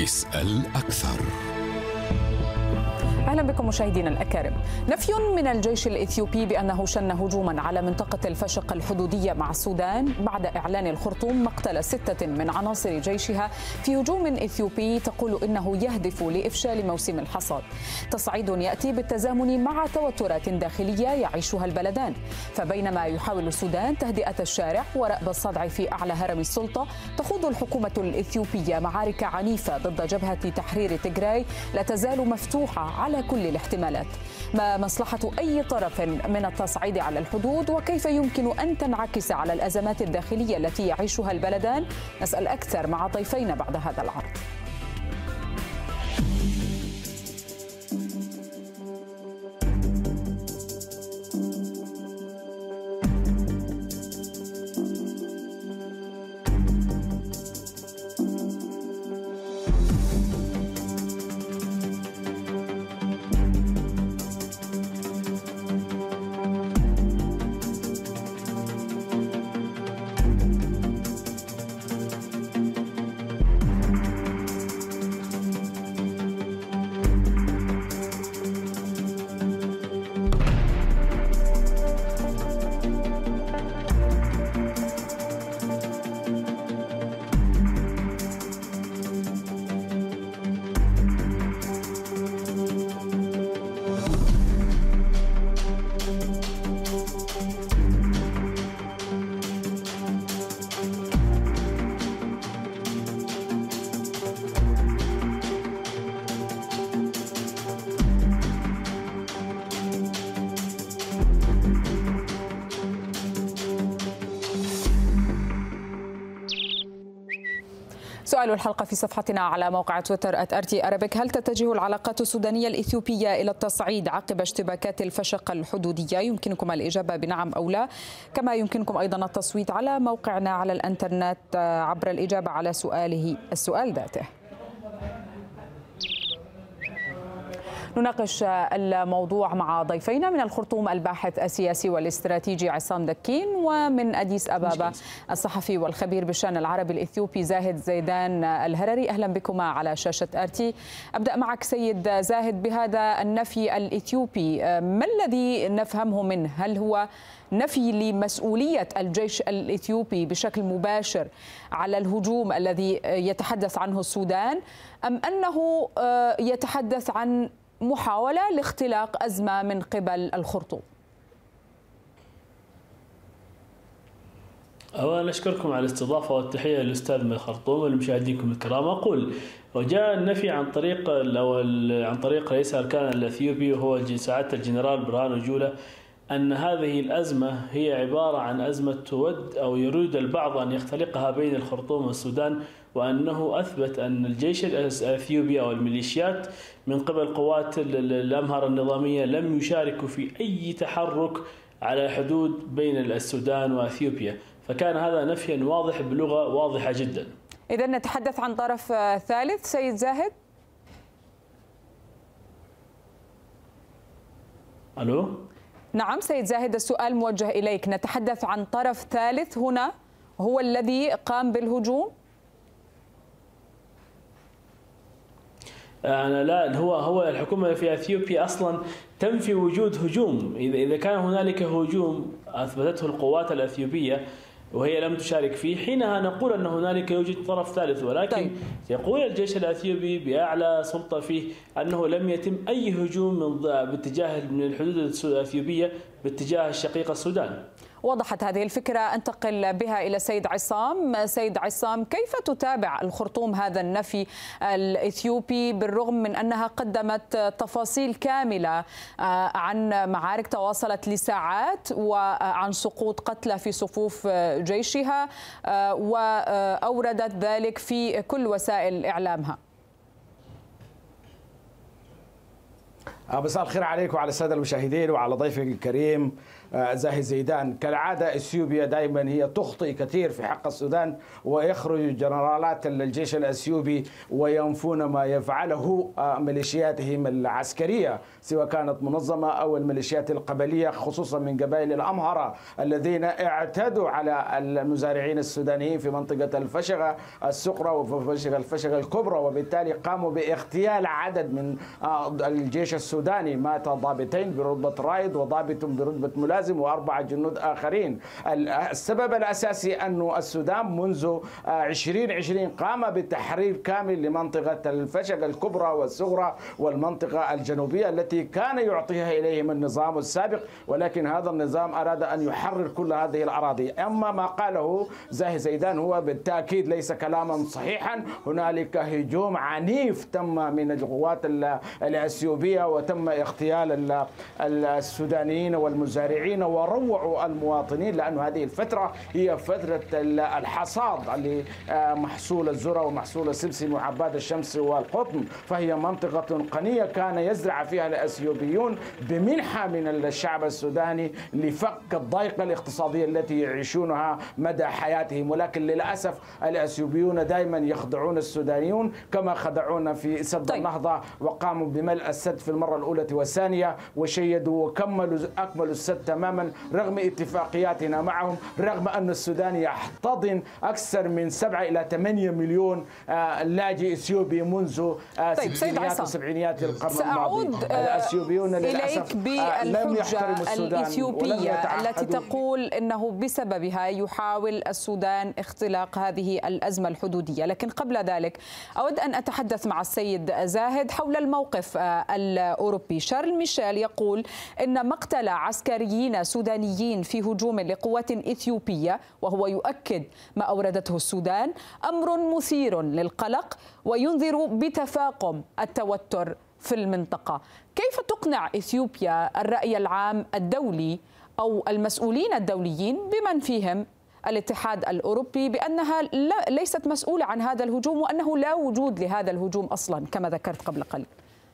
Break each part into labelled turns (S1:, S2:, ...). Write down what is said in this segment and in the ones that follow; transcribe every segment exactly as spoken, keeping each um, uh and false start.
S1: اسأل أكثر.
S2: أهلا بكم مشاهدينا الأكارم. نفي من الجيش الإثيوبي بأنه شن هجوما على منطقة الفشق الحدودية مع السودان بعد إعلان الخرطوم مقتل ستة من عناصر جيشها في هجوم إثيوبي تقول إنه يهدف لإفشال موسم الحصاد. تصعيد يأتي بالتزامن مع توترات داخلية يعيشها البلدان، فبينما يحاول السودان تهدئة الشارع ورأب الصدع في أعلى هرم السلطة، تخوض الحكومة الإثيوبية معارك عنيفة ضد جبهة تحرير تيغراي لا تزال مفتوحة على كل الاحتمالات. ما مصلحة أي طرف من التصعيد على الحدود، وكيف يمكن أن تنعكس على الأزمات الداخلية التي يعيشها البلدان؟ نسأل أكثر مع ضيفينا بعد هذا العرض. سؤال الحلقة في صفحتنا على موقع تويتر آت آر تي أرابيك: هل تتجه العلاقات السودانية الإثيوبية إلى التصعيد عقب اشتباكات الفشق الحدودية؟ يمكنكم الإجابة بنعم أو لا، كما يمكنكم أيضا التصويت على موقعنا على الإنترنت عبر الإجابة على سؤاله السؤال ذاته. نناقش الموضوع مع ضيفينا من الخرطوم الباحث السياسي والاستراتيجي عصام دكين، ومن أديس أبابا الصحفي والخبير بالشأن العربي الإثيوبي زاهد زيدان الهرري. أهلا بكما على شاشة آرتي. أبدأ معك سيد زاهد بهذا النفي الإثيوبي، ما الذي نفهمه منه؟ هل هو نفي لمسؤولية الجيش الإثيوبي بشكل مباشر على الهجوم الذي يتحدث عنه السودان، أم أنه يتحدث عن محاولة لاختلاق أزمة من قبل الخرطوم؟
S3: أولا أشكركم على الاستضافة والتحية للأستاذ من الخرطوم ولمشاهديكم الكرام. أقول وجاء النفي عن طريق أو عن طريق رئيس أركان الأثيوبي وهو سعادة الجنرال برهان جولة أن هذه الأزمة هي عبارة عن أزمة تود أو يريد البعض أن يختلقها بين الخرطوم والسودان، وأنه أثبت أن الجيش الأثيوبي أو الميليشيات من قبل قوات الأمهر النظامية لم يشاركوا في أي تحرك على حدود بين السودان وأثيوبيا، فكان هذا نفيا واضح بلغة واضحة جدا.
S2: إذا نتحدث عن طرف ثالث سيد زاهد؟
S3: ألو؟
S2: نعم سيد زاهد، السؤال موجه إليك. نتحدث عن طرف ثالث هنا هو الذي قام بالهجوم؟
S3: أنا لا، هو هو الحكومة في أثيوبيا أصلا تنفي وجود هجوم. إذا إذا كان هنالك هجوم أثبتته القوات الأثيوبية وهي لم تشارك فيه، حينها نقول أن هنالك يوجد طرف ثالث، ولكن طيب. يقول الجيش الأثيوبي بأعلى سلطة فيه أنه لم يتم أي هجوم من باتجاه من الحدود الأثيوبية باتجاه الشقيق السودان.
S2: وضحت هذه الفكرة. أنتقل بها إلى سيد عصام. سيد عصام، كيف تتابع الخرطوم هذا النفي الإثيوبي بالرغم من أنها قدمت تفاصيل كاملة عن معارك تواصلت لساعات وعن سقوط قتلى في صفوف جيشها وأوردت ذلك في كل وسائل إعلامها؟
S4: مساء الخير عليك وعلى السادة المشاهدين وعلى ضيفك الكريم
S1: زاهي زيدان. كالعادة إثيوبيا دائما هي تخطئ كثير في حق السودان، ويخرج جنرالات الجيش الأثيوبي وينفون ما يفعله ميليشياتهم العسكرية سواء كانت منظمة أو الميليشيات القبلية، خصوصا من قبائل الأمهرة الذين اعتدوا على المزارعين السودانيين في منطقة الفشغة الصغرى وفي الفشغة الكبرى، وبالتالي قاموا باغتيال عدد من الجيش السوداني، مات ضابطين برتبة رائد وضابط برتبة ملازم وأربعة جنود آخرين. السبب الأساسي أن السودان منذ عشرين عشرين قام بالتحرير كامل لمنطقة الفشغة الكبرى والصغرى والمنطقة الجنوبية التي كان يعطيها إليهم النظام السابق، ولكن هذا النظام أراد أن يحرر كل هذه الأراضي. أما ما قاله زاهي زيدان هو بالتأكيد ليس كلاما صحيحا. هنالك هجوم عنيف تم من القوات الأثيوبية وتم اغتيال السودانيين والمزارعين وروعوا المواطنين، لأن هذه الفترة هي فترة الحصاد لمحصول الذرة ومحصول السمسم وعباد الشمس والقطن، فهي منطقة غنية كان يزرع فيها الأثيوبيون بمنحة من الشعب السوداني لفك الضيقة الاقتصادية التي يعيشونها مدى حياتهم. ولكن للأسف الأثيوبيون دائما يخدعون السودانيون كما خدعونا في سد طيب. النهضة، وقاموا بملء السد في المرة الأولى والثانية وشيدوا وكملوا أكملوا السد تماما رغم اتفاقياتنا معهم، رغم أن السودان يحتضن أكثر من سبعة إلى ثمانية مليون لاجئ إثيوبي منذ
S2: طيب
S1: ستينيات وسبعينيات القرن الماضي. الأثيوبيون
S2: للأسف لم يحترموا السودان الإثيوبية التي تقول أنه بسببها يحاول السودان اختلاق هذه الأزمة الحدودية. لكن قبل ذلك أود أن أتحدث مع السيد زاهد حول الموقف الأوروبي. شارل ميشيل يقول إن مقتل عسكريين سودانيين في هجوم لقوات إثيوبية، وهو يؤكد ما أوردته السودان، أمر مثير للقلق وينذر بتفاقم التوتر في المنطقة. كيف تقنع إثيوبيا الرأي العام الدولي أو المسؤولين الدوليين بمن فيهم الاتحاد الأوروبي بأنها ليست مسؤولة عن هذا الهجوم وأنه لا وجود لهذا الهجوم أصلا كما ذكرت قبل قليل؟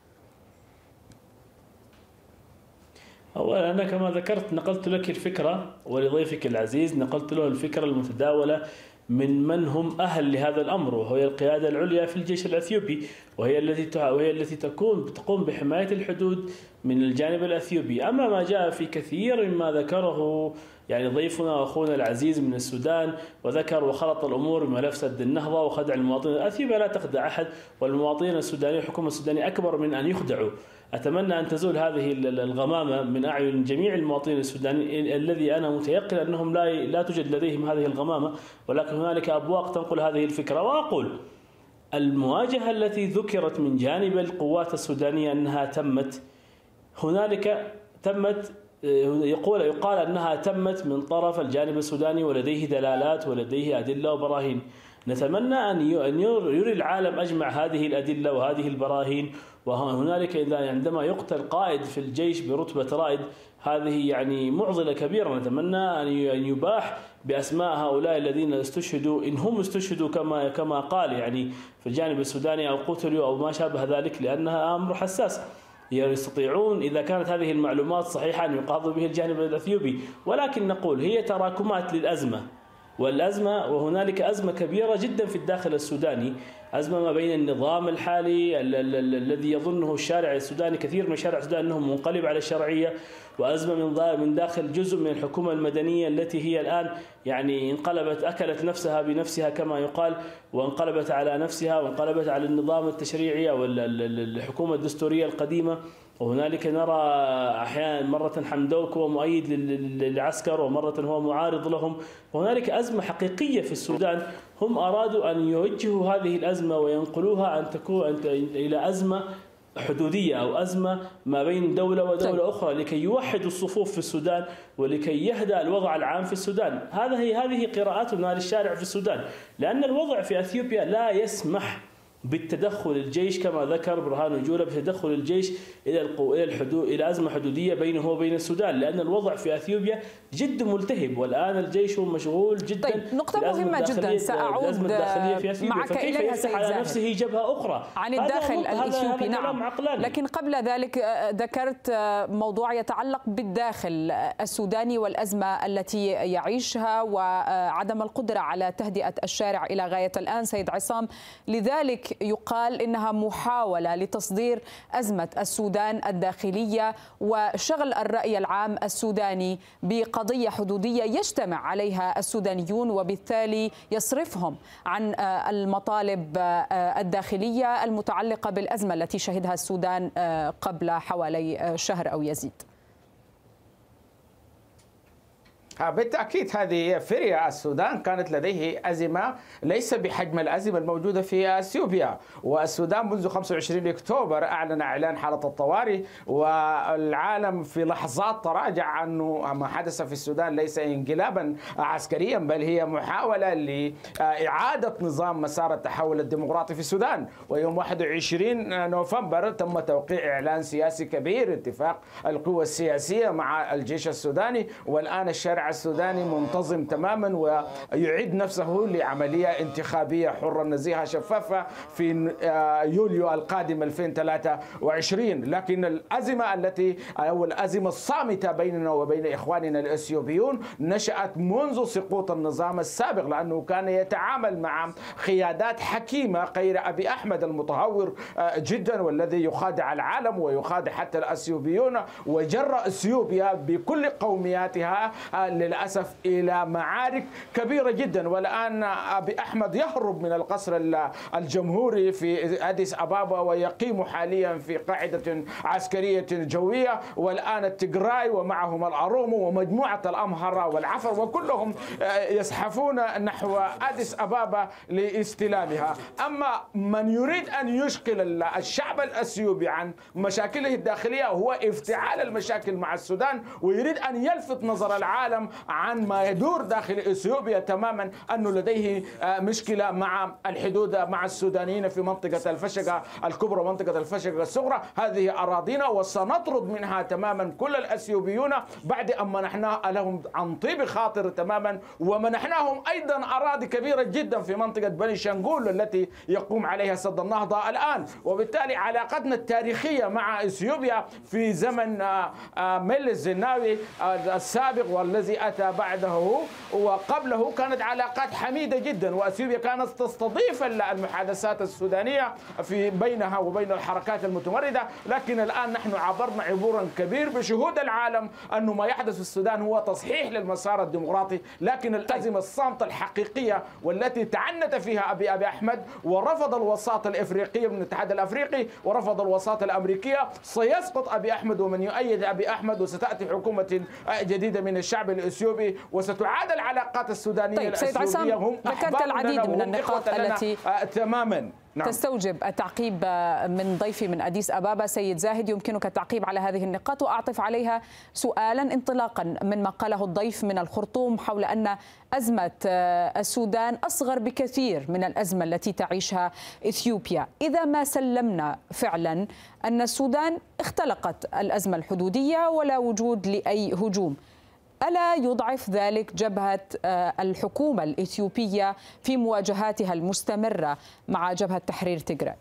S3: أولا أنا كما ذكرت نقلت لك الفكرة، ولضيفك العزيز نقلت له الفكرة المتداولة من من هم أهل لهذا الأمر، وهي القيادة العليا في الجيش الأثيوبي، وهي التي وهي التي تكون تقوم بحماية الحدود من الجانب الأثيوبي. أما ما جاء في كثير مما ذكره يعني ضيفنا وأخونا العزيز من السودان وذكر وخلط الأمور بملف سد النهضة وخدع المواطنين، أثيوبيا لا تخدع أحد، والمواطنين السودانيين والحكومة السودانية أكبر من أن يخدعوا. أتمنى أن تزول هذه الغمامة من أعين جميع المواطنين السودانيين، الذي أنا متيقن أنهم لا لا توجد لديهم هذه الغمامة، ولكن هنالك أبواق تنقل هذه الفكرة. وأقول المواجهة التي ذكرت من جانب القوات السودانية أنها تمت، هنالك تمت يقول يقال أنها تمت من طرف الجانب السوداني ولديه دلالات ولديه أدلة وبراهين. نتمنى أن يري العالم أجمع هذه الأدلة وهذه البراهين. وهنالك إذا عندما يقتل قائد في الجيش برتبة رائد، هذه يعني معضلة كبيرة. نتمنى أن يباح بأسماء هؤلاء الذين استشهدوا، إن هم استشهدوا كما كما قال يعني في الجانب السوداني أو قتلوا أو ما شابه ذلك، لأنها أمر حساس. يستطيعون إذا كانت هذه المعلومات صحيحة أن يقاضوا به الجانب الأثيوبي، ولكن نقول هي تراكمات للأزمة، والأزمة وهنالك أزمة كبيرة جدا في الداخل السوداني، أزمة ما بين النظام الحالي الذي يظنه الشارع السوداني، كثير من الشارع السوداني أنه منقلب على الشرعية، وأزمة من من داخل جزء من الحكومة المدنية التي هي الآن يعني انقلبت أكلت نفسها بنفسها كما يقال، وانقلبت على نفسها وانقلبت على النظام التشريعي أو الحكومة الدستورية القديمة. وهنالك نرى أحيانا مرة حمدوك هو مؤيد للعسكر ومرة هو معارض لهم. وهنالك أزمة حقيقية في السودان، هم أرادوا أن يوجهوا هذه الأزمة وينقلوها أن تكون إلى أزمة حدودية أو أزمة ما بين دولة ودولة أخرى لكي يوحدوا الصفوف في السودان ولكي يهدأ الوضع العام في السودان. هذه هذه قراءاتنا للشارع في السودان، لأن الوضع في أثيوبيا لا يسمح بالتدخل الجيش كما ذكر برهان جولة، بتدخل الجيش الى القو... الى الحدود الى ازمه حدوديه بينه وبين السودان، لان الوضع في اثيوبيا جد ملتهب، والان الجيش مشغول جدا.
S2: طيب نقطة مهمة جدا سأعود معك إليها
S3: سيد على نفسه جبهة أخرى
S2: عن الداخل الإثيوبي. نعم، لكن قبل ذلك ذكرت موضوع يتعلق بالداخل السوداني والأزمة التي يعيشها وعدم القدرة على تهدئة الشارع إلى غاية الآن سيد عصام، لذلك يقال إنها محاولة لتصدير أزمة السودان الداخلية وشغل الرأي العام السوداني بقضية حدودية يجتمع عليها السودانيون، وبالتالي يصرفهم عن المطالب الداخلية المتعلقة بالأزمة التي شهدها السودان قبل حوالي شهر أو يزيد.
S1: بالتأكيد هذه فرية السودان كانت لديه أزمة ليس بحجم الأزمة الموجودة في أثيوبيا، والسودان منذ خمسة وعشرين أكتوبر أعلن إعلان حالة الطوارئ، والعالم في لحظات تراجع أنه ما حدث في السودان ليس انقلابا عسكريا، بل هي محاولة لإعادة نظام مسار التحول الديمقراطي في السودان. ويوم واحد وعشرين نوفمبر تم توقيع إعلان سياسي كبير، اتفاق القوى السياسية مع الجيش السوداني، والآن الشارع السوداني منتظم تماما ويعد نفسه لعملية انتخابية حرة نزيهة شفافة في يوليو القادم ألفين وثلاثة وعشرين. لكن الأزمة التي أو الأزمة الصامتة بيننا وبين إخواننا الأثيوبيون نشأت منذ سقوط النظام السابق، لأنه كان يتعامل مع قيادات حكيمة غير أبي أحمد المتهور جدا والذي يخادع العالم ويخادع حتى الأثيوبيون، وجر أثيوبيا بكل قومياتها للأسف إلى معارك كبيرة جدا. والآن أبي أحمد يهرب من القصر الجمهوري في أديس أبابا ويقيم حاليا في قاعدة عسكرية جوية، والآن التجراي ومعهم الأرومو ومجموعة الأمهرة والعفر وكلهم يزحفون نحو أديس أبابا لاستلامها. أما من يريد أن يشغل الشعب الأثيوبي عن مشاكله الداخلية هو افتعال المشاكل مع السودان، ويريد أن يلفت نظر العالم عن ما يدور داخل اثيوبيا تماما، انه لديه مشكله مع الحدود مع السودانيين في منطقه الفشقه الكبرى ومنطقه الفشقه الصغرى. هذه اراضينا وسنطرد منها تماما كل الاثيوبيون بعد ان منحنا لهم عن طيب خاطر تماما، ومنحناهم ايضا اراضي كبيره جدا في منطقه بني شنغول التي يقوم عليها سد النهضه الان. وبالتالي علاقتنا التاريخيه مع اثيوبيا في زمن ميلس الزناوي السابق والذي أتى بعده وقبله كانت علاقات حميدة جدا، وأثيوبيا كانت تستضيف المحادثات السودانية في بينها وبين الحركات المتمردة. لكن الآن نحن عبرنا عبورا كبير بشهود العالم أنه ما يحدث في السودان هو تصحيح للمسار الديمقراطي، لكن الأزمة الصامتة الحقيقية والتي تعنت فيها أبي أبي أحمد ورفض الوساطة الإفريقية من الاتحاد الأفريقي ورفض الوساطة الأمريكية، سيسقط أبي أحمد ومن يؤيد أبي أحمد، وستأتي حكومة جديدة من الشعب الأثيوبي، وستعاد العلاقات السودانية
S2: طيب
S1: الأثيوبية. هم
S2: ذكرت العديد من النقاط التي
S1: تماما
S2: نعم. تستوجب التعقيب من ضيفي من أديس أبابا سيد زاهد. يمكنك التعقيب على هذه النقاط وأعطف عليها سؤالا انطلاقا من ما قاله الضيف من الخرطوم حول أن أزمة السودان أصغر بكثير من الأزمة التي تعيشها إثيوبيا. إذا ما سلمنا فعلا أن السودان اختلقت الأزمة الحدودية ولا وجود لأي هجوم، ألا يضعف ذلك جبهة الحكومة الإثيوبية في مواجهاتها المستمرة مع جبهة تحرير تيغراي؟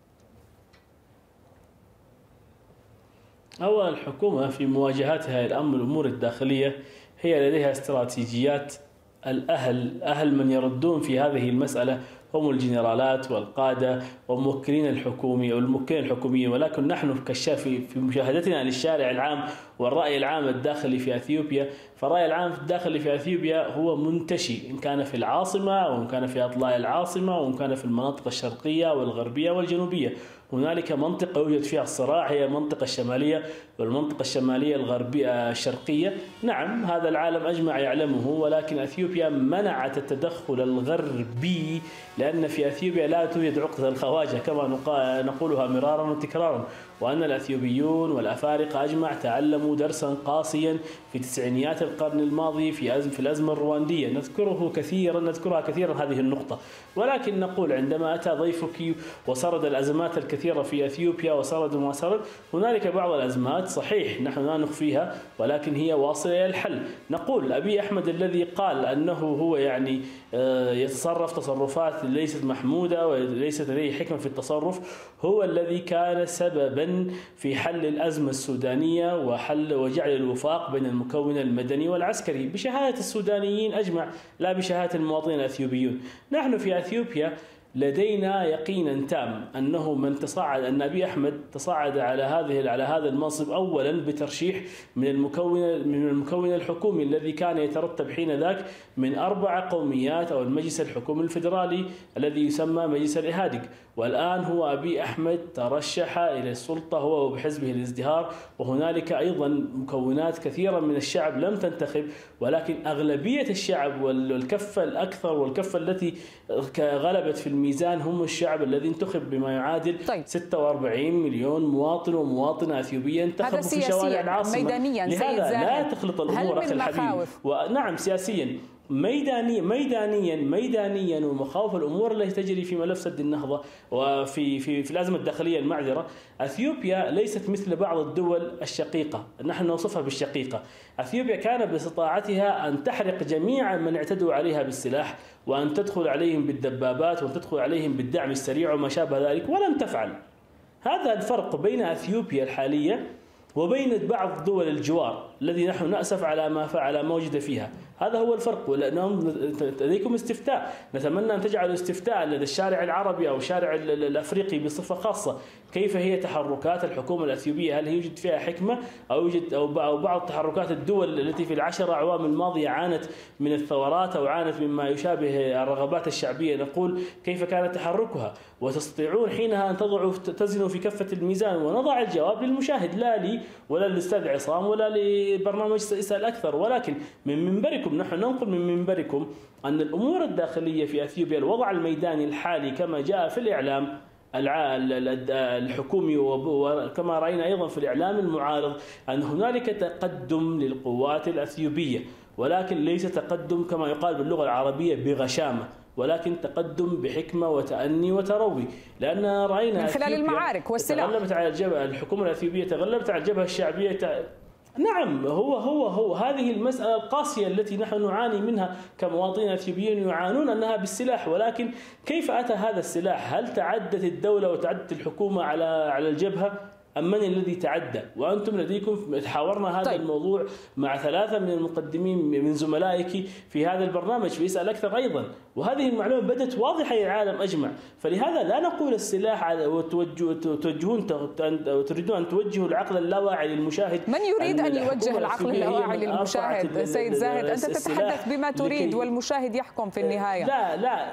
S3: أولا الحكومة في مواجهتها الأمور الداخلية هي لديها استراتيجيات. الأهل أهل من يردون في هذه المسألة هم الجنرالات والقادة والموكلين الحكومي أو الموكلين الحكوميين، ولكن نحن كشاف في مشاهدتنا للشارع العام والرأي العام الداخلي في أثيوبيا، فالرأي العام الداخلي في أثيوبيا هو منتشي، إن كان في العاصمة أو إن كان في أطلاع العاصمة وإن كان في المناطق الشرقية والغربية والجنوبية. هنالك منطقة يوجد فيها الصراع هي المنطقة الشمالية والمنطقة الشمالية الغربية الشرقية. نعم هذا العالم أجمع يعلمه، ولكن أثيوبيا منعت التدخل الغربي لأن في أثيوبيا لا توجد عقدة الخواجة كما نقولها مرارا وتكرارا. وأن الأثيوبيون والأفارقة أجمع تعلموا درسا قاسيا في تسعينيات القرن الماضي في أزم في الأزمة الرواندية. نذكره كثيرا نذكرها كثيرا هذه النقطة، ولكن نقول عندما أتى ضيفك وسرد الأزمات الكثيرة في أثيوبيا وسرد ما سرد، هنالك بعض الأزمات صحيح نحن لا نخفيها ولكن هي واصلة إلى الحل. نقول أبي أحمد الذي قال أنه هو يعني يتصرف تصرفات ليست محمودة وليست لديه حكمة في التصرف، هو الذي كان سببا في حل الأزمة السودانية وحل وجعل الوفاق بين المكون المدني والعسكري بشهادة السودانيين أجمع، لا بشهادة المواطنين الأثيوبيون. نحن في أثيوبيا لدينا يقينا تام أنه من تصاعد أن أبي أحمد تصاعد على هذه على هذا المنصب أولا بترشيح من المكون من المكون الحكومي الذي كان يترتب حين ذاك من أربع قوميات أو المجلس الحكومي الفيدرالي الذي يسمى مجلس الإهادق، والآن هو أبي أحمد ترشح إلى السلطة هو وبحزبه الازدهار، وهنالك أيضا مكونات كثيرة من الشعب لم تنتخب، ولكن أغلبية الشعب والكفة الأكثر والكفة التي غلبت في الميزان هم الشعب الذي انتخب بما يعادل طيب. ستة وأربعين مليون مواطن ومواطنة أثيوبية انتخبوا في شوارع العاصمة.
S2: ميدانيا
S3: لهذا لا تخلط الأمور أخي الحبيب. ونعم سياسيا ميدانيا ميدانيا ميدانيا ومخاوف الامور التي تجري في ملف سد النهضه وفي في في الازمه الداخليه المعذره. اثيوبيا ليست مثل بعض الدول الشقيقه، نحن نوصفها بالشقيقه. اثيوبيا كان باستطاعتها ان تحرق جميع من اعتدوا عليها بالسلاح وان تدخل عليهم بالدبابات وان تدخل عليهم بالدعم السريع وما شابه ذلك، ولم تفعل. هذا الفرق بين اثيوبيا الحاليه وبين بعض دول الجوار الذي نحن نأسف على ما فعل ما وجد فيها. هذا هو الفرق. ولأنهم لديكم استفتاء، نتمنى أن تجعلوا استفتاء لدى الشارع العربي أو الشارع الأفريقي بصفة خاصة، كيف هي تحركات الحكومة الأثيوبية؟ هل يوجد فيها حكمة أو يوجد أو بعض تحركات الدول التي في العشر أعوام الماضية عانت من الثورات أو عانت مما يشابه الرغبات الشعبية، نقول كيف كان تحركها؟ وتستطيعون حينها أن تضعوا تزنوا في كفة الميزان ونضع الجواب للمشاهد، لا لي ولا للأستاذ عصام ولا لبرنامج اسأل أكثر، ولكن من منبركم نحن ننقل من منبركم أن الأمور الداخلية في أثيوبيا الوضع الميداني الحالي كما جاء في الإعلام الحكومي وكما رأينا أيضا في الإعلام المعارض أن هنالك تقدم للقوات الأثيوبية، ولكن ليس تقدم كما يقال باللغة العربية بغشامة، ولكن تقدم بحكمة وتأني وتروي. لأن رأينا
S2: من خلال المعارك والسلاح
S3: تغلبت على الجبهة الحكومة الأثيوبية تغلبت على الجبهة الشعبية. نعم هو هو هو هذه المسألة القاسية التي نحن نعاني منها كمواطنين أثيوبيين يعانون أنها بالسلاح، ولكن كيف أتى هذا السلاح؟ هل تعدت الدولة وتعدت الحكومة على على الجبهة أم من الذي تعدى؟ وأنتم لديكم تحاورنا هذا طيب. الموضوع مع ثلاثة من المقدمين من زملائك في هذا البرنامج في اسأل أكثر أيضا، وهذه المعلومة بدت واضحة للعالم أجمع. فلهذا لا نقول السلاح وتوجهون تريدون أن توجهوا العقل اللاواعي للمشاهد.
S2: من يريد أن يوجه العقل اللاواعي للمشاهد؟ سيد زاهد أنت تتحدث بما تريد والمشاهد يحكم في النهاية.
S3: لا لا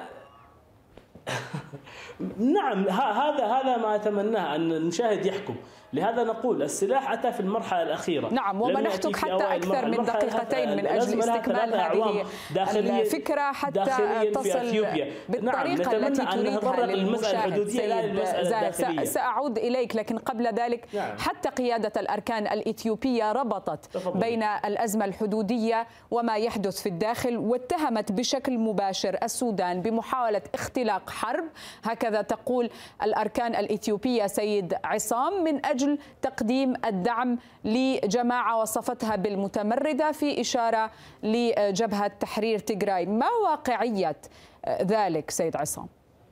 S3: نعم هذا هذا ما أتمناه أن المشاهد يحكم. لهذا نقول السلاح أتى في المرحلة الأخيرة.
S2: نعم ومنحتك حتى أكثر من دقيقتين من أجل استكمال هذه الفكرة حتى تصل بالطريقة
S3: نعم.
S2: التي تريدها للمشاهد. سيد
S3: زاهد
S2: سأعود إليك، لكن قبل ذلك نعم. حتى قيادة الأركان الإثيوبية ربطت تفضل. بين الأزمة الحدودية وما يحدث في الداخل، واتهمت بشكل مباشر السودان بمحاولة اختلاق حرب، هكذا تقول الأركان الإثيوبية سيد عصام، من أجل تقديم الدعم لجماعة وصفتها بالمتمردة في إشارة لجبهة تحرير تيغراي. ما واقعية ذلك سيد عصام؟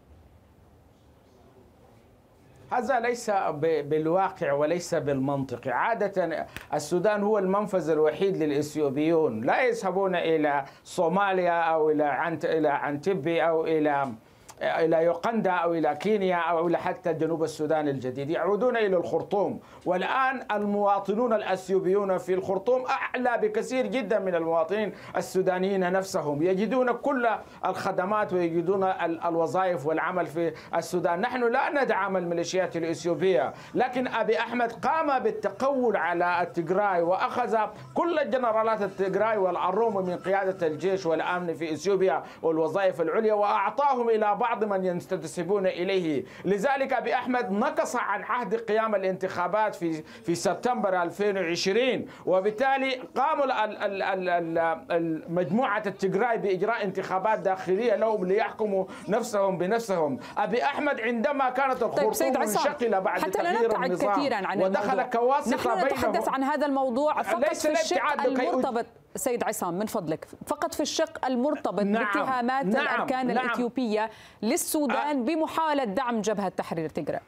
S1: هذا ليس بالواقع وليس بالمنطق. عادة السودان هو المنفذ الوحيد للإثيوبيون، لا يذهبون إلى صوماليا أو إلى إلى عنتبي أو إلى إلى يوغندا أو إلى كينيا أو إلى حتى جنوب السودان الجديد، يعودون إلى الخرطوم. والآن المواطنون الأثيوبيون في الخرطوم أعلى بكثير جدا من المواطنين السودانيين نفسهم، يجدون كل الخدمات ويجدون الوظائف والعمل في السودان. نحن لا ندعم الميليشيات الإثيوبية، لكن أبي أحمد قام بالتقول على التيغراي وأخذ كل الجنرالات التيغراي والعروم من قيادة الجيش والأمن في إثيوبيا والوظائف العليا وأعطاهم إلى بعض بعض من ينتسبون إليه. لذلك أبي أحمد نقص عن عهد قيام الانتخابات في في سبتمبر ألفين وعشرين، وبالتالي قاموا مجموعة التجراي بإجراء انتخابات داخلية لهم ليحكموا نفسهم بنفسهم. أبي أحمد عندما كانت الخرطوم منشقلة بعد تغيير النظام ودخل كواسطة
S2: بينهم، نحن نتحدث عن هذا الموضوع فقط في الشق المرتبط. سيد عصام من فضلك، فقط في الشق المرتبط نعم باتهامات نعم الأركان نعم الإثيوبية للسودان بمحاولة دعم جبهة تحرير تيغراي.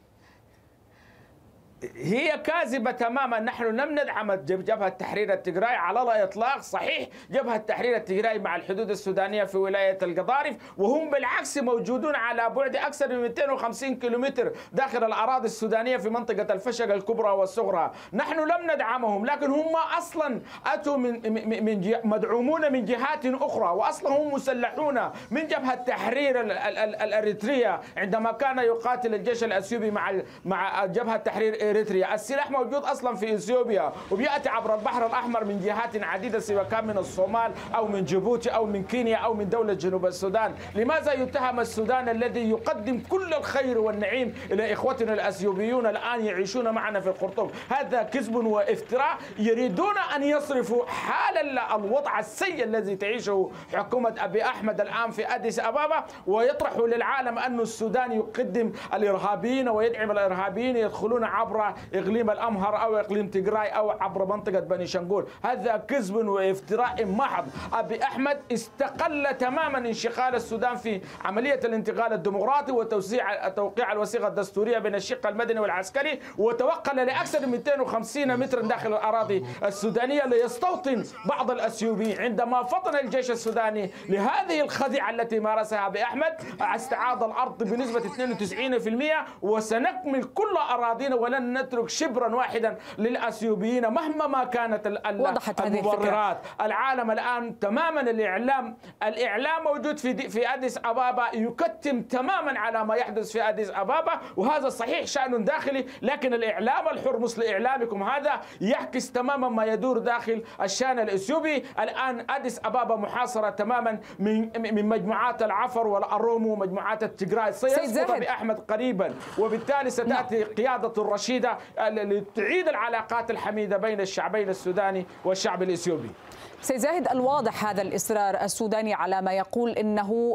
S1: هي كاذبة تماما. نحن لم ندعم جبهة تحرير التيغراي على الإطلاق. صحيح جبهة تحرير التيغراي مع الحدود السودانية في ولاية القضارف، وهم بالعكس موجودون على بعد أكثر من مئتين وخمسين كيلومتر داخل الأراضي السودانية في منطقة الفشق الكبرى والصغرى. نحن لم ندعمهم، لكن هم أصلا أتوا من من مدعومون من جهات أخرى، وأصلا هم مسلحون من جبهة تحرير الأريترية عندما كان يقاتل الجيش الأثيوبي مع مع جبهة تحرير إريتريا. السلاح موجود أصلا في إثيوبيا وبيأتي عبر البحر الأحمر من جهات عديدة، سواء كان من الصومال أو من جيبوتي أو من كينيا أو من دولة جنوب السودان. لماذا يتهم السودان الذي يقدم كل الخير والنعيم إلى إخوتنا الأثيوبيون الآن يعيشون معنا في الخرطوم؟ هذا كذب وافتراء. يريدون أن يصرفوا حال الوضع السيء الذي تعيشه حكومة أبي أحمد الآن في أديس أبابا، ويطرحوا للعالم أن السودان يقدم الإرهابيين ويدعم الإرهابيين يدخلون عبر إقليم الأمهر أو إقليم تيغراي أو عبر منطقة بني شنغول. هذا كذب وافتراء محض. أبي أحمد استقل تماما انشغال السودان في عملية الانتقال الديمقراطي وتوسيع توقيع الوثيقة الدستورية بين الشق المدني والعسكري، وتوقل لأكثر من مئتين وخمسين مترا داخل الأراضي السودانية ليستوطن بعض الأثيوبيين. عندما فطن الجيش السوداني لهذه الخديعة التي مارسها أبي أحمد استعاد الأرض بنسبة اثنين وتسعين بالمئة، وسنكمل كل أراضينا ولن نترك شبرا واحدا للأثيوبيين مهما ما كانت المبررات. العالم الآن تماما الإعلام الإعلام موجود في في أديس أبابا يكتم تماما على ما يحدث في أديس أبابا، وهذا صحيح شأن داخلي، لكن الإعلام الحر مثل إعلامكم هذا يعكس تماما ما يدور داخل الشأن الإثيوبي. الآن أديس أبابا محاصرة تماما من من مجموعات العفر والأرومو ومجموعات التيغراي. سيسقط أبي أحمد قريبا، وبالتالي ستأتي قيادة الرشيدة لتعيد العلاقات الحميدة بين الشعبين السوداني والشعب الإثيوبي.
S2: سيد زاهد، الواضح هذا الإصرار السوداني على ما يقول إنه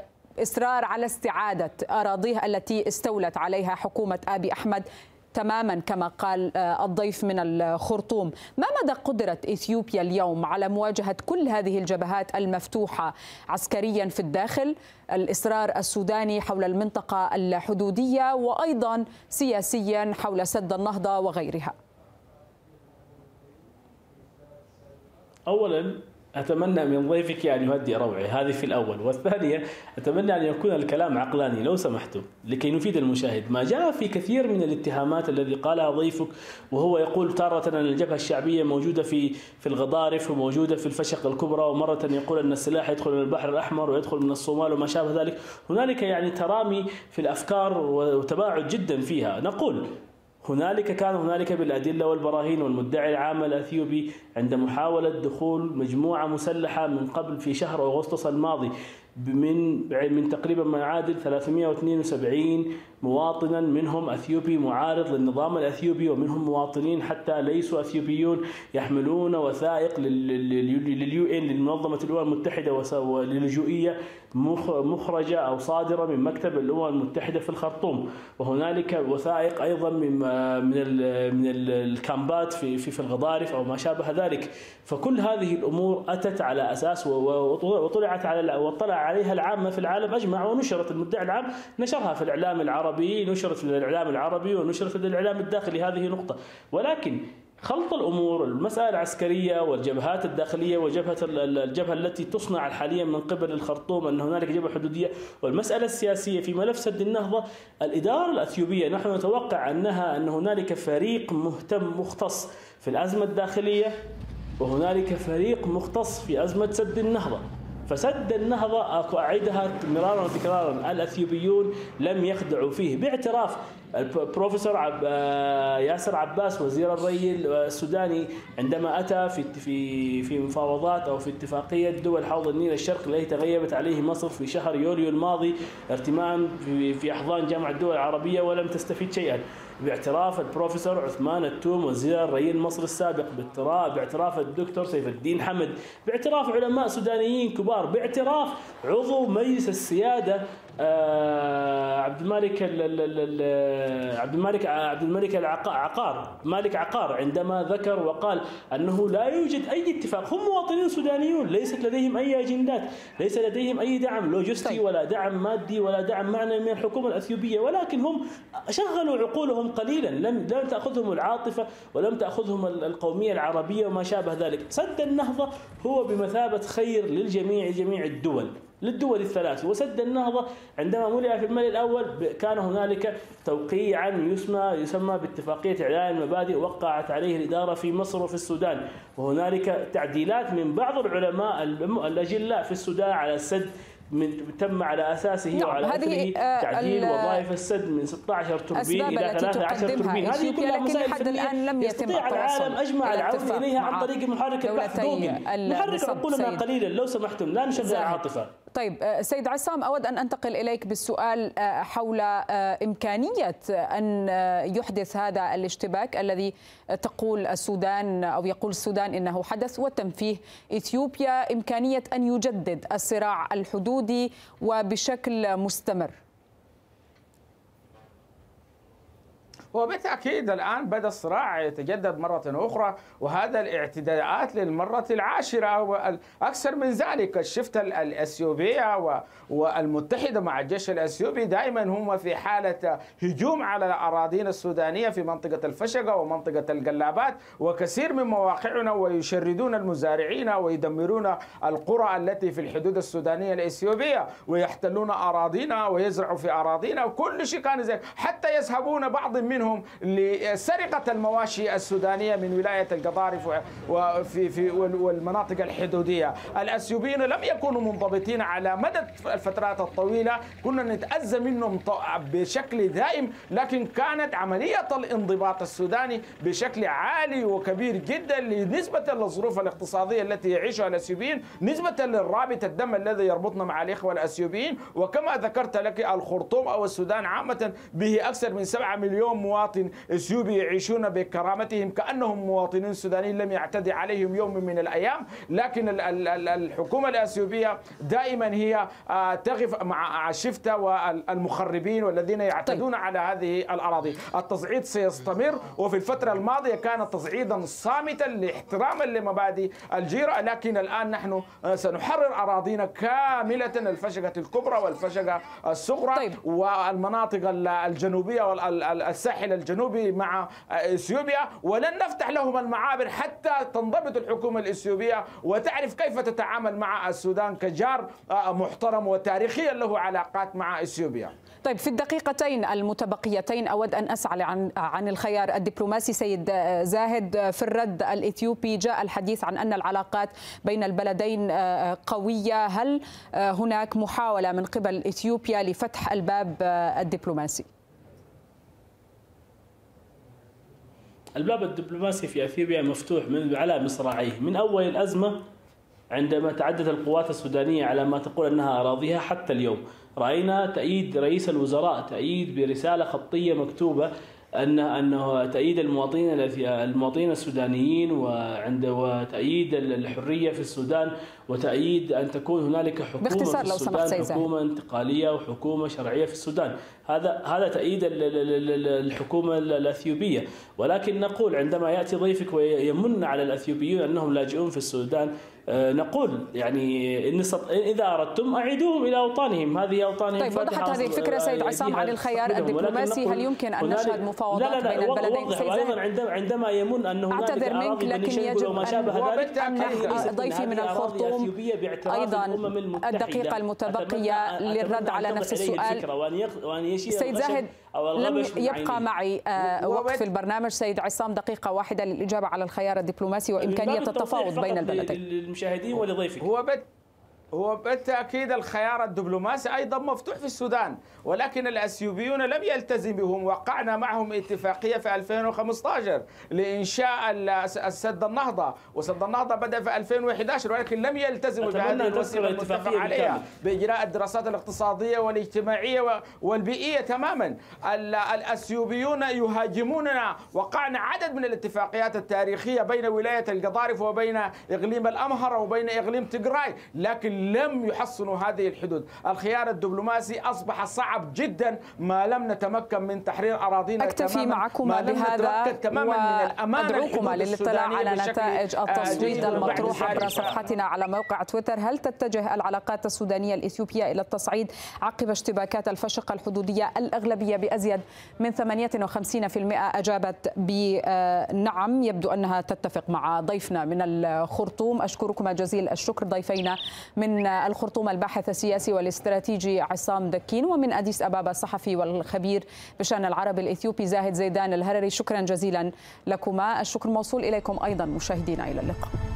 S2: إصرار على استعادة أراضيه التي استولت عليها حكومة آبي أحمد تماما كما قال الضيف من الخرطوم. ما مدى قدرة إثيوبيا اليوم على مواجهة كل هذه الجبهات المفتوحة عسكريا في الداخل، الإصرار السوداني حول المنطقة الحدودية، وأيضا سياسيا حول سد النهضة وغيرها؟
S3: أولا أتمنى من ضيفك أن يهدئ روعي، هذه في الأول. والثانية أتمنى أن يكون الكلام عقلاني لو سمحتم لكي نفيد المشاهد. ما جاء في كثير من الاتهامات الذي قالها ضيفك، وهو يقول تارة أن الجبهة الشعبية موجودة في في الغضارف وموجودة في الفشق الكبرى، ومرة يقول أن السلاح يدخل من البحر الأحمر ويدخل من الصومال وما شابه ذلك. هنالك يعني ترامي في الأفكار وتباعد جدا فيها. نقول هنالك كان هنالك بالأدلة والبراهين والمدعي العام الأثيوبي عند محاولة دخول مجموعة مسلحة من قبل في شهر أغسطس الماضي من من تقريبا ما يعادل ثلاثمئة واثنين وسبعين مواطنا، منهم أثيوبي معارض للنظام الأثيوبي، ومنهم مواطنين حتى ليسوا أثيوبيون يحملون وثائق لليو إن للمنظمة الأمم المتحدة وللجوئية مخرجة أو صادرة من مكتب الأمم المتحدة في الخرطوم. وهنالك وثائق أيضا من من من الكامبات في في في الغضارف أو ما شابه ذلك. فكل هذه الأمور أتت على أساس وطلعت على وطلع عليها العامة في العالم أجمع، ونشرت المدعي العام نشرها في الإعلام العربي، نشرت في الإعلام العربي ونشرت في الإعلام الداخلي. هذه نقطة. ولكن خلط الأمور، المسألة العسكرية والجبهات الداخلية وجبهة الجبهة التي تصنع حاليا من قبل الخرطوم أن هنالك جبهة حدودية، والمسألة السياسية في ملف سد النهضة. الإدارة الأثيوبية نحن نتوقع أنها أن هنالك فريق مهتم مختص في الأزمة الداخلية، وهنالك فريق مختص في أزمة سد النهضة. فسد النهضة أعيدها مرارا وتكرارا الأثيوبيون لم يخدعوا فيه، باعتراف البروفيسور عب ياسر عباس وزير الري السوداني عندما أتى في في في مفاوضات أو في اتفاقية دول حوض النيل الشرقي التي تغيبت عليه مصر في شهر يوليو الماضي ارتماء في في أحضان جامعة الدول العربية ولم تستفيد شيئا، باعتراف البروفيسور عثمان التوم وزير الري المصري السابق، باعتراف الدكتور سيف الدين حمد، باعتراف علماء سودانيين كبار، باعتراف عضو مجلس السيادة عبد الملك عبد الملك عبد الملك العقار مالك عقار عندما ذكر وقال أنه لا يوجد أي اتفاق، هم مواطنين سودانيون ليست لديهم أي أجندات، ليس لديهم أي دعم لوجستي ولا دعم مادي ولا دعم معنوي من الحكومة الأثيوبية، ولكن هم شغلوا عقولهم قليلا، لم لم تأخذهم العاطفة ولم تأخذهم القومية العربية وما شابه ذلك. سد النهضة هو بمثابة خير للجميع جميع الدول للدول الثلاث، وسد النهضة عندما ملئ في الملء الأول كان هنالك توقيعا يسمى يسمى باتفاقية إعلان المبادئ وقعت عليه الإدارة في مصر وفي السودان، وهنالك تعديلات من بعض العلماء الأجلاء في السودان على السد من تم على اساسه
S2: نعم.
S3: وعلى اثره تعديل وظائف السد من ستة عشر توربين الى ثلاثة عشر توربين، هذه كلها مسائل فنيه يستطيع العالم اجمع العون اليها عن طريق محرك البحث جوجل. نحرك عقولنا قليلا لو سمحتم، لا نشغل العاطفه.
S2: طيب سيد عصام، أود أن أنتقل إليك بالسؤال حول إمكانية أن يحدث هذا الاشتباك الذي تقول السودان أو يقول السودان إنه حدث وتم فيه إثيوبيا، إمكانية أن يجدد الصراع الحدودي وبشكل مستمر.
S1: وبالتأكيد الآن بدأ الصراع يتجدد مرة أخرى، وهذا الاعتداءات للمرة العاشرة وأكثر من ذلك. الشفتة الأثيوبية والمتحدة مع الجيش الأثيوبي دائما هم في حالة هجوم على الأراضين السودانية في منطقة الفشقة ومنطقة القلابات وكثير من مواقعنا، ويشردون المزارعين ويدمرون القرى التي في الحدود السودانية الأثيوبية ويحتلون أراضينا ويزرعوا في أراضينا وكل شيء كان زي، حتى يذهبون بعض من منهم لسرقة المواشي السودانية من ولاية القضارف وفي في والمناطق الحدودية. الأثيوبيين لم يكونوا منضبطين على مدى الفترات الطويلة، كنا نتأذى منهم بشكل دائم، لكن كانت عملية الانضباط السوداني بشكل عالي وكبير جدا نسبة للظروف الاقتصادية التي يعيشها الأثيوبيين، نسبة للرابط الدم الذي يربطنا مع الإخوة الأثيوبيين. وكما ذكرت لك الخرطوم أو السودان عامة به أكثر من سبعة مليون مواطن اثيوبي يعيشون بكرامتهم كانهم مواطنين سودانيين لم يعتدي عليهم يوم من الايام، لكن الحكومه الاثيوبيه دائما هي تقف مع الشفته والمخربين والذين يعتدون على هذه الاراضي. التصعيد سيستمر، وفي الفتره الماضيه كان تصعيدا صامتا لاحتراما لمبادئ الجيره، لكن الان نحن سنحرر اراضينا كامله، الفشقه الكبرى والفشقه الصغرى طيب. والمناطق الجنوبيه والساحل الجنوبي مع اثيوبيا، ولن نفتح لهم المعابر حتى تنضبط الحكومه الاثيوبيه وتعرف كيف تتعامل مع السودان كجار محترم وتاريخيا له علاقات مع اثيوبيا.
S2: طيب في الدقيقتين المتبقيتين أود أن أسأل عن عن الخيار الدبلوماسي. سيد زاهد، في الرد الإثيوبي جاء الحديث عن أن العلاقات بين البلدين قوية، هل هناك محاولة من قبل إثيوبيا لفتح الباب الدبلوماسي؟
S3: الباب الدبلوماسي في اثيوبيا مفتوح من على مصراعيه من اول الازمه عندما تعدت القوات السودانيه على ما تقول انها اراضيها حتى اليوم. راينا تأييد رئيس الوزراء، تأييد برساله خطيه مكتوبه ان انه تأييد المواطنين المواطنين السودانيين وعند وتأييد الحريه في السودان، وتأييد ان تكون هنالك حكومه في السودان، حكومه انتقاليه وحكومه شرعيه في السودان. هذا هذا تأييد الحكومه الاثيوبيه. ولكن نقول عندما ياتي ضيفك ويمن على الاثيوبيين انهم لاجئون في السودان، نقول يعني إن إذا أردتم أعيدوهم إلى أوطانهم، هذه أوطانهم.
S2: طيب وضحت هذه الفكرة سيد عصام عن الخيار الدبلوماسي، هل يمكن أن نشهد مفاوضات لا لا لا بين البلدين؟ سيد
S3: أيضا عندما عندما يمن أن هنالك
S2: أعتذر منك، لكن يجب
S3: وما شابه ذلك
S2: أن ضيفي من الخرطوم أيضا الدقيقة المتبقية للرد على نفس السؤال. سيد زاهد لم يبقى معي وقت في البرنامج. سيد عصام دقيقة واحدة للإجابة على الخيار الدبلوماسي وإمكانية التفاوض بين البلدين.
S3: للمشاهدين ولضيفك.
S1: هو بد هو بالتأكيد الخيار الدبلوماسي أيضا مفتوح في السودان، ولكن الأثيوبيون لم يلتزموا. وقعنا معهم اتفاقية في ألفين وخمسة عشر لإنشاء السد النهضة، وسد النهضة بدأ في ألفين وأحد عشر، ولكن لم يلتزموا بهذه الوسيلة المتفق عليها بإجراء الدراسات الاقتصادية والاجتماعية والبيئية تماما. الأثيوبيون يهاجموننا. وقعنا عدد من الاتفاقيات التاريخية بين ولاية القضارف وبين إقليم الأمهر وبين إقليم تجراي، لكن لم يحصنوا هذه الحدود. الخيار الدبلوماسي أصبح صعب جدا ما لم نتمكن من تحرير أراضينا.
S2: أكتفي معكما بهذا وأدعوكما للاطلاع على نتائج التصويت المطروح عبر صفحتنا على موقع تويتر. هل تتجه العلاقات السودانية الإثيوبية إلى التصعيد عقب اشتباكات الفشق الحدودية؟ الأغلبية بأزيد من ثمانية وخمسين بالمئة أجابت بنعم. يبدو أنها تتفق مع ضيفنا من الخرطوم. أشكركما جزيل الشكر ضيفينا من الخرطوم الباحث السياسي والاستراتيجي عصام دكين، ومن أديس أبابا الصحفي والخبير بشأن العرب الإثيوبي زاهد زيدان الهرري. شكرا جزيلا لكما. الشكر موصول إليكم أيضا مشاهدينا. إلى اللقاء.